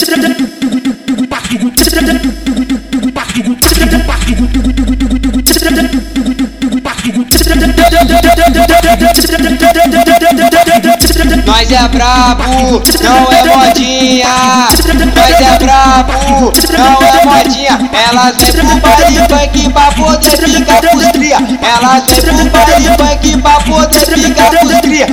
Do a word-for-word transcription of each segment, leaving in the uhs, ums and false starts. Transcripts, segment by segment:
Nós é brabo, não é modinha. Nós é brabo, não é modinha. Elas vem pro baile funk pra poder ficar pros cria. Elas vem pro baile funk pra poder ficar pros cria.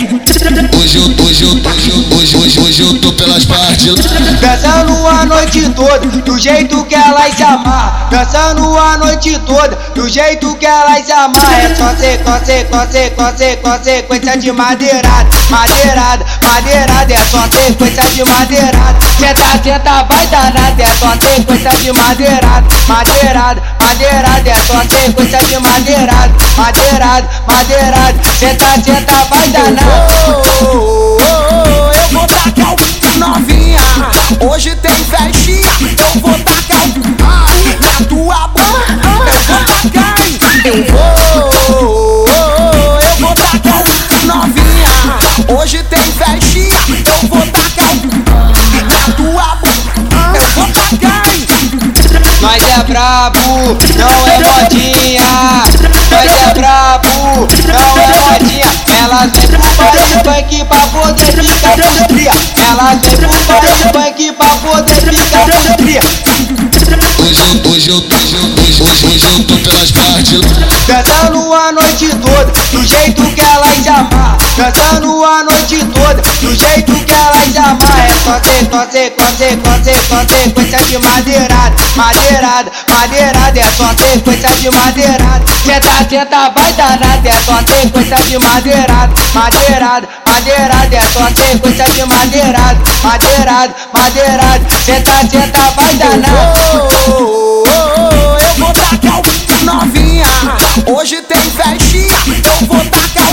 Hoje eu, hoje eu, hoje eu, hoje, hoje, hoje eu tô pelas partes. Dançando a noite toda, do jeito que elas se amarram. Dançando a noite toda, do jeito que elas se amarram. É só ser, conse, conse, conse, consequência de madeirada. Madeirada, madeirada, é só sequência de madeirada. Senta, senta, vai danada, é só sequência de madeirada. Madeirada, madeirada, é só sequência de madeirada. Madeirada, madeirada, senta, senta, vai danada. Oh, oh, oh, oh, eu vou tacar o novinha. Hoje tem festinha, eu vou tacar o na tua boca. Eu vou tacar, eu vou, oh, oh, oh, eu vou tacar o novinha. Hoje tem festinha, eu vou tacar na tua boca. Eu vou tacar. Nós é brabo, não é modinha. Nós é brabo, não é modinha. Elas vem pro baile funk pra poder ficar pros cria. Elas vem pro baile funk pra poder ficar pros cria. Hoje eu, hoje eu, hoje eu, hoje, hoje, hoje eu tô pelas partes. Dançando a noite toda, do jeito que elas se amarram. Dançando a noite toda, do jeito que elas se amarram. É só ser, conse, conse, conse, consequência de madeirada. Madeirada, madeirada, é só sequência de madeirada. Senta, senta, vai danada, é só sequência de madeirada. Madeirada, madeirada, é só sequência de madeirada. Madeirada, madeirada, senta, senta, vai danada. Oh, oh, oh, oh, eu vou tacar o novinha. Hoje tem festinha, eu vou tacar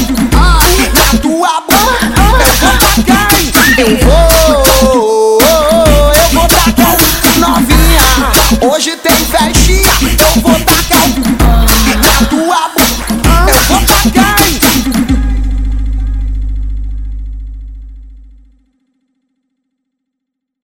na tua boca. Eu vou tacar, eu vou, oh, oh, oh, eu vou tacar o novinha. Hoje tem festinha, eu vou tacar na tua boca. Eu vou tacar.